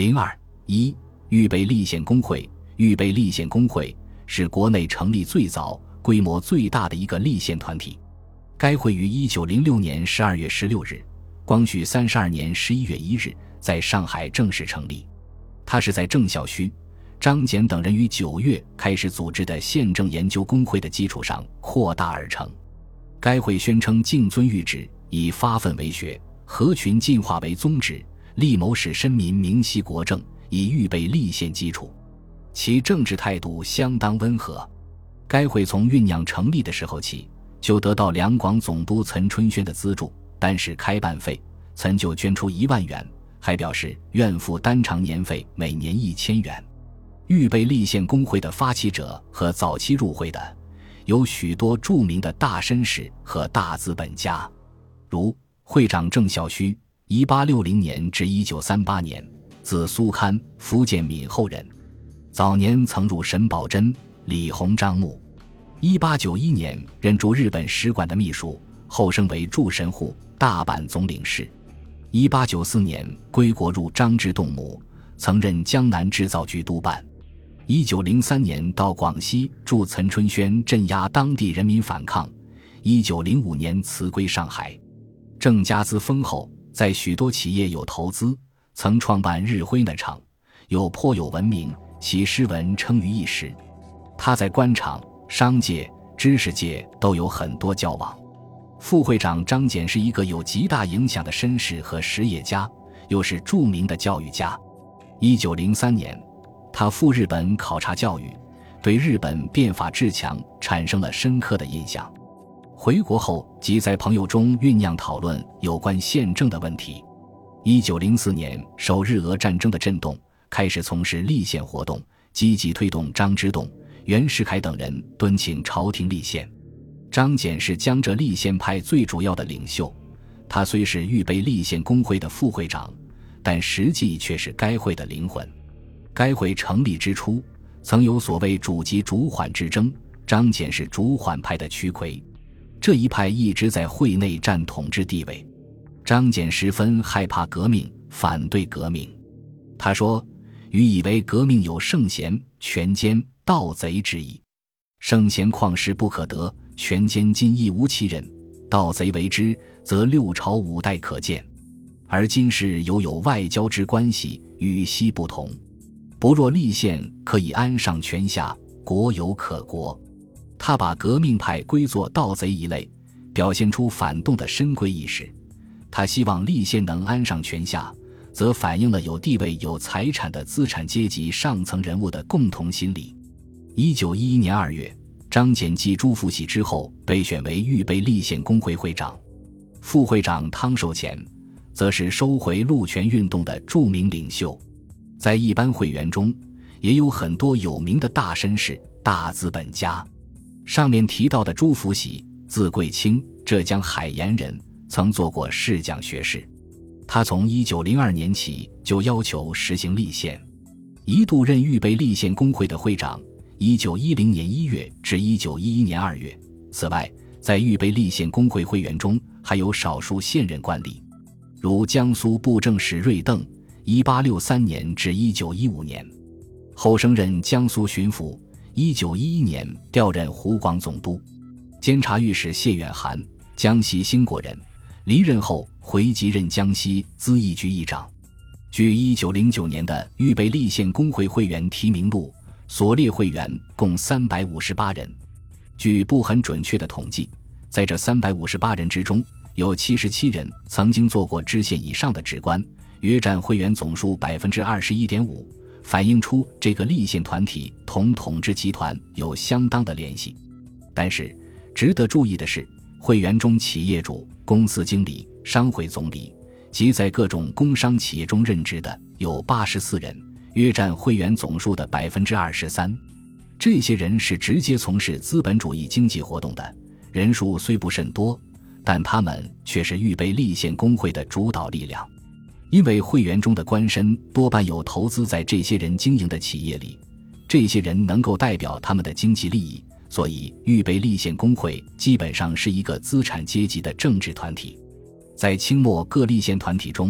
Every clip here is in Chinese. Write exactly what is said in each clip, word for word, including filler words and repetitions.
零二一预备立宪工会。预备立宪工会是国内成立最早、规模最大的一个立宪团体。该会于一九零六年十二月十六日，光绪三十二年十一月一日在上海正式成立。它是在郑孝胥、张謇等人于九月开始组织的宪政研究工会的基础上扩大而成。该会宣称敬遵谕旨，以发愤为学，合群进化为宗旨，力谋使绅民明晰国政，以预备立宪基础。其政治态度相当温和。该会从酝酿成立的时候起，就得到两广总督岑春轩的资助，单是开办费，岑就捐出一万元，还表示愿付单偿年费每年一千元。预备立宪工会的发起者和早期入会的，有许多著名的大绅士和大资本家，如会长郑孝胥，一八六零年至一九三八年，字苏堪，福建闽后人。早年曾入沈葆桢、李鸿章墓。一八九一年任驻日本使馆的秘书，后升为驻神户、大阪总领事。一八九四年归国入张之洞墓，曾任江南制造局督办。一九零三年到广西助岑春轩镇压当地人民反抗。一九零五年辞归上海。郑家资丰厚，在许多企业有投资，曾创办日辉奶厂，有颇有闻名，其诗文称于一时。他在官场、商界、知识界都有很多交往。副会长张謇是一个有极大影响的绅士和实业家，又是著名的教育家。一九零三年，他赴日本考察教育，对日本变法治强产生了深刻的印象。回国后即在朋友中酝酿讨论有关宪政的问题。一九零四年受日俄战争的震动，开始从事立宪活动，积极推动张之洞、袁世凯等人敦请朝廷立宪。张謇是江浙立宪派最主要的领袖，他虽是预备立宪工会的副会长，但实际却是该会的灵魂。该会成立之初，曾有所谓主及主缓之争，张謇是主缓派的躯魁，这一派一直在会内占统治地位。张謇十分害怕革命，反对革命。他说：“予以为革命有圣贤、权奸、盗贼之意。圣贤旷世不可得，权奸今亦无其人，盗贼为之，则六朝五代可见。而今世犹有外交之关系，与昔不同。不若立宪，可以安上权下，国有可国。”他把革命派归作盗贼一类，表现出反动的深闺意识。他希望立宪能安上权下，则反映了有地位有财产的资产阶级上层人物的共同心理。一九一一年二月，张謇继朱福喜之后被选为预备立宪工会会长。副会长汤寿乾则是收回路权运动的著名领袖。在一般会员中也有很多有名的大绅士、大资本家。上面提到的朱福喜，字贵清，浙江海盐人，曾做过侍讲学士。他从一九零二年起就要求实行立宪，一度任预备立宪工会的会长，一九一零年一月至一九一一年二月。此外，在预备立宪工会会员中还有少数现任官吏，如江苏布政使瑞邓，一八六三年至一九一五年，后升任江苏巡抚，一九一一年调任湖广总督。监察御史谢远涵，江西兴国人，离任后回籍任江西咨议局议长。据一九零九年的预备立宪工会会员提名录，所列会员共三百五十八人。据不很准确的统计，在这三百五十八人之中，有七十七人曾经做过知县以上的职官，约占会员总数 百分之二十一点五， 反映出这个立宪团体同统治集团有相当的联系。但是值得注意的是，会员中企业主、公司经理、商会总理及在各种工商企业中任职的有八十四人，约占会员总数的 百分之二十三。 这些人是直接从事资本主义经济活动的，人数虽不甚多，但他们却是预备立宪工会的主导力量。因为会员中的官绅多半有投资在这些人经营的企业里，这些人能够代表他们的经济利益，所以预备立宪工会基本上是一个资产阶级的政治团体。在清末各立宪团体中，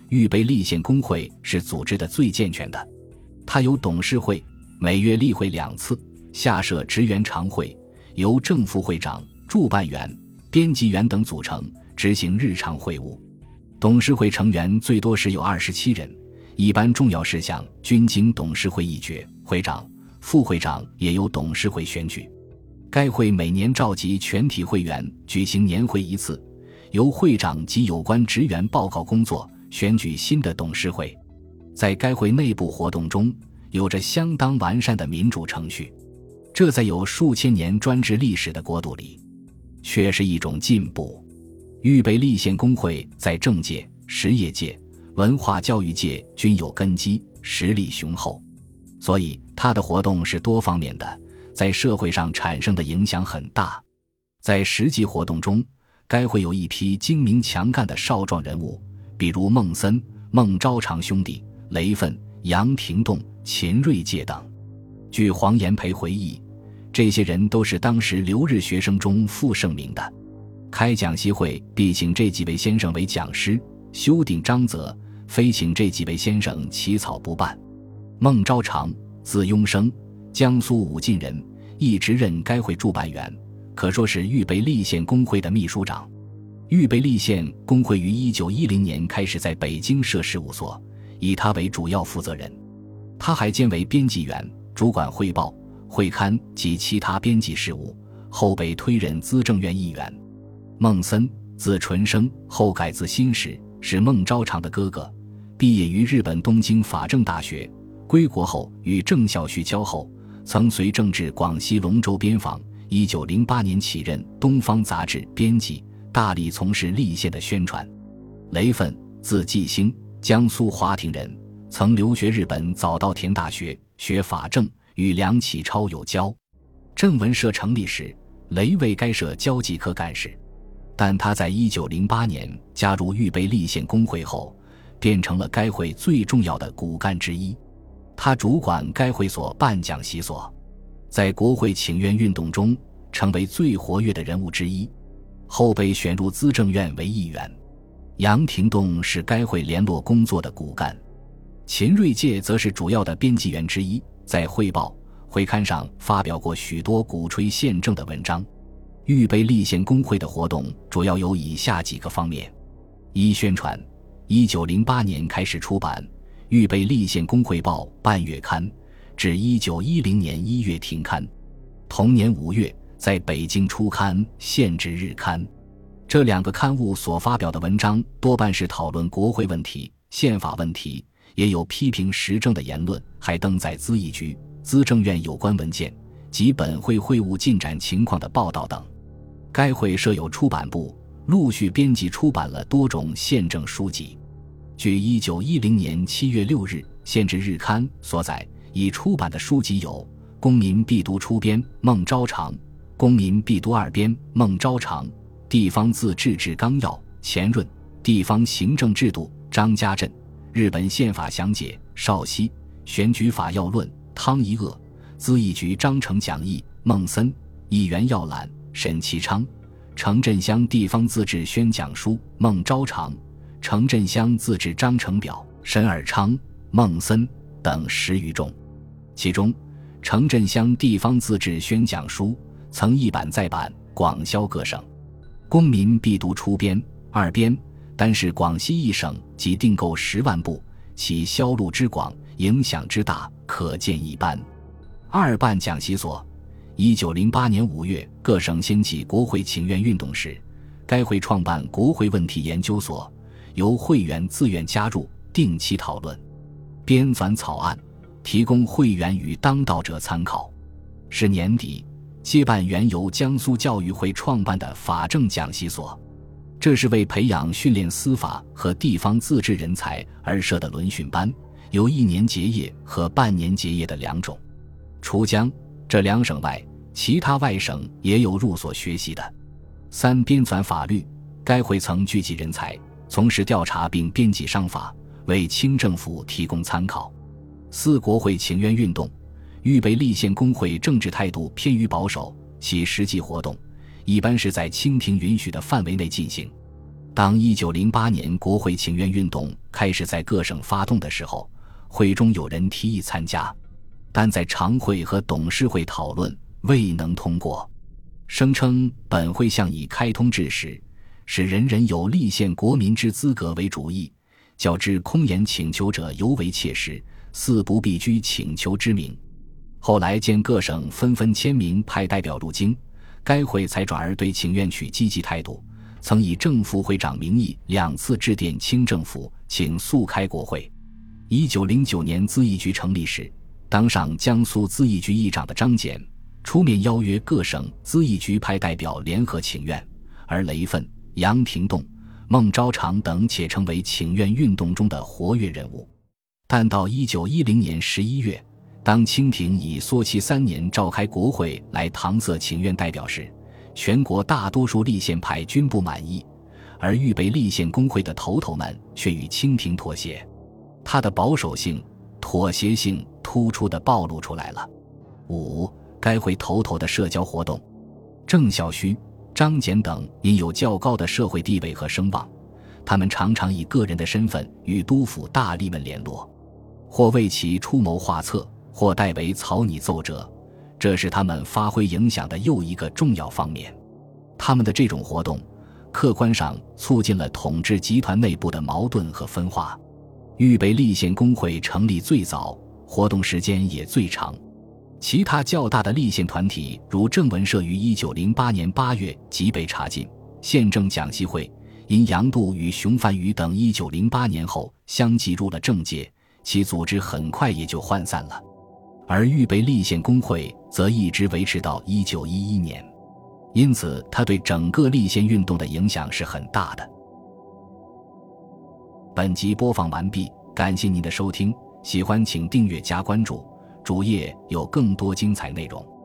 预备立宪工会是组织的最健全的。它有董事会，每月例会两次，下设职员常会，由正副会长、驻办员、编辑员等组成，执行日常会务。董事会成员最多时有二十七人，一般重要事项均经董事会议决，会长、副会长也由董事会选举。该会每年召集全体会员举行年会一次，由会长及有关职员报告工作，选举新的董事会。在该会内部活动中，有着相当完善的民主程序，这在有数千年专制历史的国度里，却是一种进步。预备立宪工会在政界、实业界、文化教育界均有根基，实力雄厚，所以它的活动是多方面的，在社会上产生的影响很大。在实际活动中，该会有一批精明强干的少壮人物，比如孟森、孟昭常兄弟、雷奋、杨廷栋、秦瑞介等。据黄炎培回忆，这些人都是当时留日学生中负盛名的。开讲习会必请这几位先生为讲师，修订章则非请这几位先生起草不办。孟昭常，字雍生，江苏武进人，一直任该会驻办员，可说是预备立宪工会的秘书长。预备立宪工会于一九一零年开始在北京设事务所，以他为主要负责人。他还兼为编辑员，主管汇报、会刊及其他编辑事务，后被推任资政院议员。孟森，字纯生，后改字新时，是孟昭常的哥哥，毕业于日本东京法政大学，归国后与郑孝胥交后，曾随郑至广西龙州边访。一九零八年起任《东方》杂志编辑，大力从事立宪的宣传。雷奋，字季兴，江苏华亭人，曾留学日本早稻田大学，学法政，与梁启超有交。郑文社成立时，雷为该社交际科干事，但他在一九零八年加入预备立宪工会后，变成了该会最重要的骨干之一。他主管该会所办讲习所，在国会请愿运动中成为最活跃的人物之一，后被选入资政院为议员。杨廷栋是该会联络工作的骨干，秦瑞介则是主要的编辑员之一，在汇报、会刊上发表过许多鼓吹宪政的文章。预备立宪工会的活动主要有以下几个方面：一、宣传。一九零八年开始出版《预备立宪工会报》半月刊，至一九一零年一月停刊。同年五月在北京出刊《宪制日刊》。这两个刊物所发表的文章多半是讨论国会问题、宪法问题，也有批评时政的言论，还登载资议局、资政院有关文件及本会会务进展情况的报道等。该会设有出版部，陆续编辑出版了多种宪政书籍。据一九一零年七月六日《宪制日刊》所载，已出版的书籍有《公民必读》初编孟昭常，《公民必读》二编孟昭常，《地方自治制纲要》钱润，《地方行政制度》张家镇，《日本宪法详解》邵熙，《选举法要论》汤一鄂，资议局章程讲义孟森，议员要览沈其昌，城镇乡地方自治宣讲书孟昭常，城镇乡自治章程表沈尔昌、孟森等十余种。其中城镇乡地方自治宣讲书曾一版再版，广销各省。公民必读初编二编，单是广西一省即订购十万部，其销路之广，影响之大，可见一斑。二办讲习所。一九零八年五月，各省掀起国会请愿运动时，该会创办国会问题研究所，由会员自愿加入，定期讨论、编纂草案，提供会员与当道者参考。是年底接办原由江苏教育会创办的法政讲习所，这是为培养训练司法和地方自治人才而设的轮训班，有一年结业和半年结业的两种。除江这两省外，其他外省也有入所学习的。三、编纂法律。该会曾聚集人才，从事调查并编辑商法，为清政府提供参考。四、国会请愿运动。预备立宪工会政治态度偏于保守，其实际活动一般是在清廷允许的范围内进行。 当一九零八年国会请愿运动开始在各省发动的时候，会中有人提议参加，但在常会和董事会讨论未能通过，声称本会向以开通制时，使人人有立宪国民之资格为主意，较之空言请求者尤为切实，似不必居请求之名。后来见各省纷纷签名派代表入京，该会才转而对请愿取积极态度，曾以正副会长名义两次致电清政府，请速开国会。一九零九年咨议局成立时，当上江苏咨议局议长的张謇出面邀约各省咨议局派代表联合请愿，而雷奋、杨廷栋、孟昭常等且成为请愿运动中的活跃人物。但到一九一零年十一月，当清廷以缩期三年召开国会来搪塞请愿代表时，全国大多数立宪派均不满意，而预备立宪工会的头头们却与清廷妥协，他的保守性、妥协性突出地暴露出来了。五、该会头头的社交活动，郑孝胥、张謇等因有较高的社会地位和声望，他们常常以个人的身份与督抚大吏们联络，或为其出谋划策，或代为草拟奏折，这是他们发挥影响的又一个重要方面。他们的这种活动客观上促进了统治集团内部的矛盾和分化。预备立宪工会成立最早，活动时间也最长。其他较大的立宪团体如郑文社于一九零八年八月即被查禁，宪政讲习会因杨度与熊凡余等一九零八年后相继入了政界，其组织很快也就涣散了。而预备立宪工会则一直维持到一九一一年，因此它对整个立宪运动的影响是很大的。本集播放完毕，感谢您的收听，喜欢请订阅加关注，主页有更多精彩内容。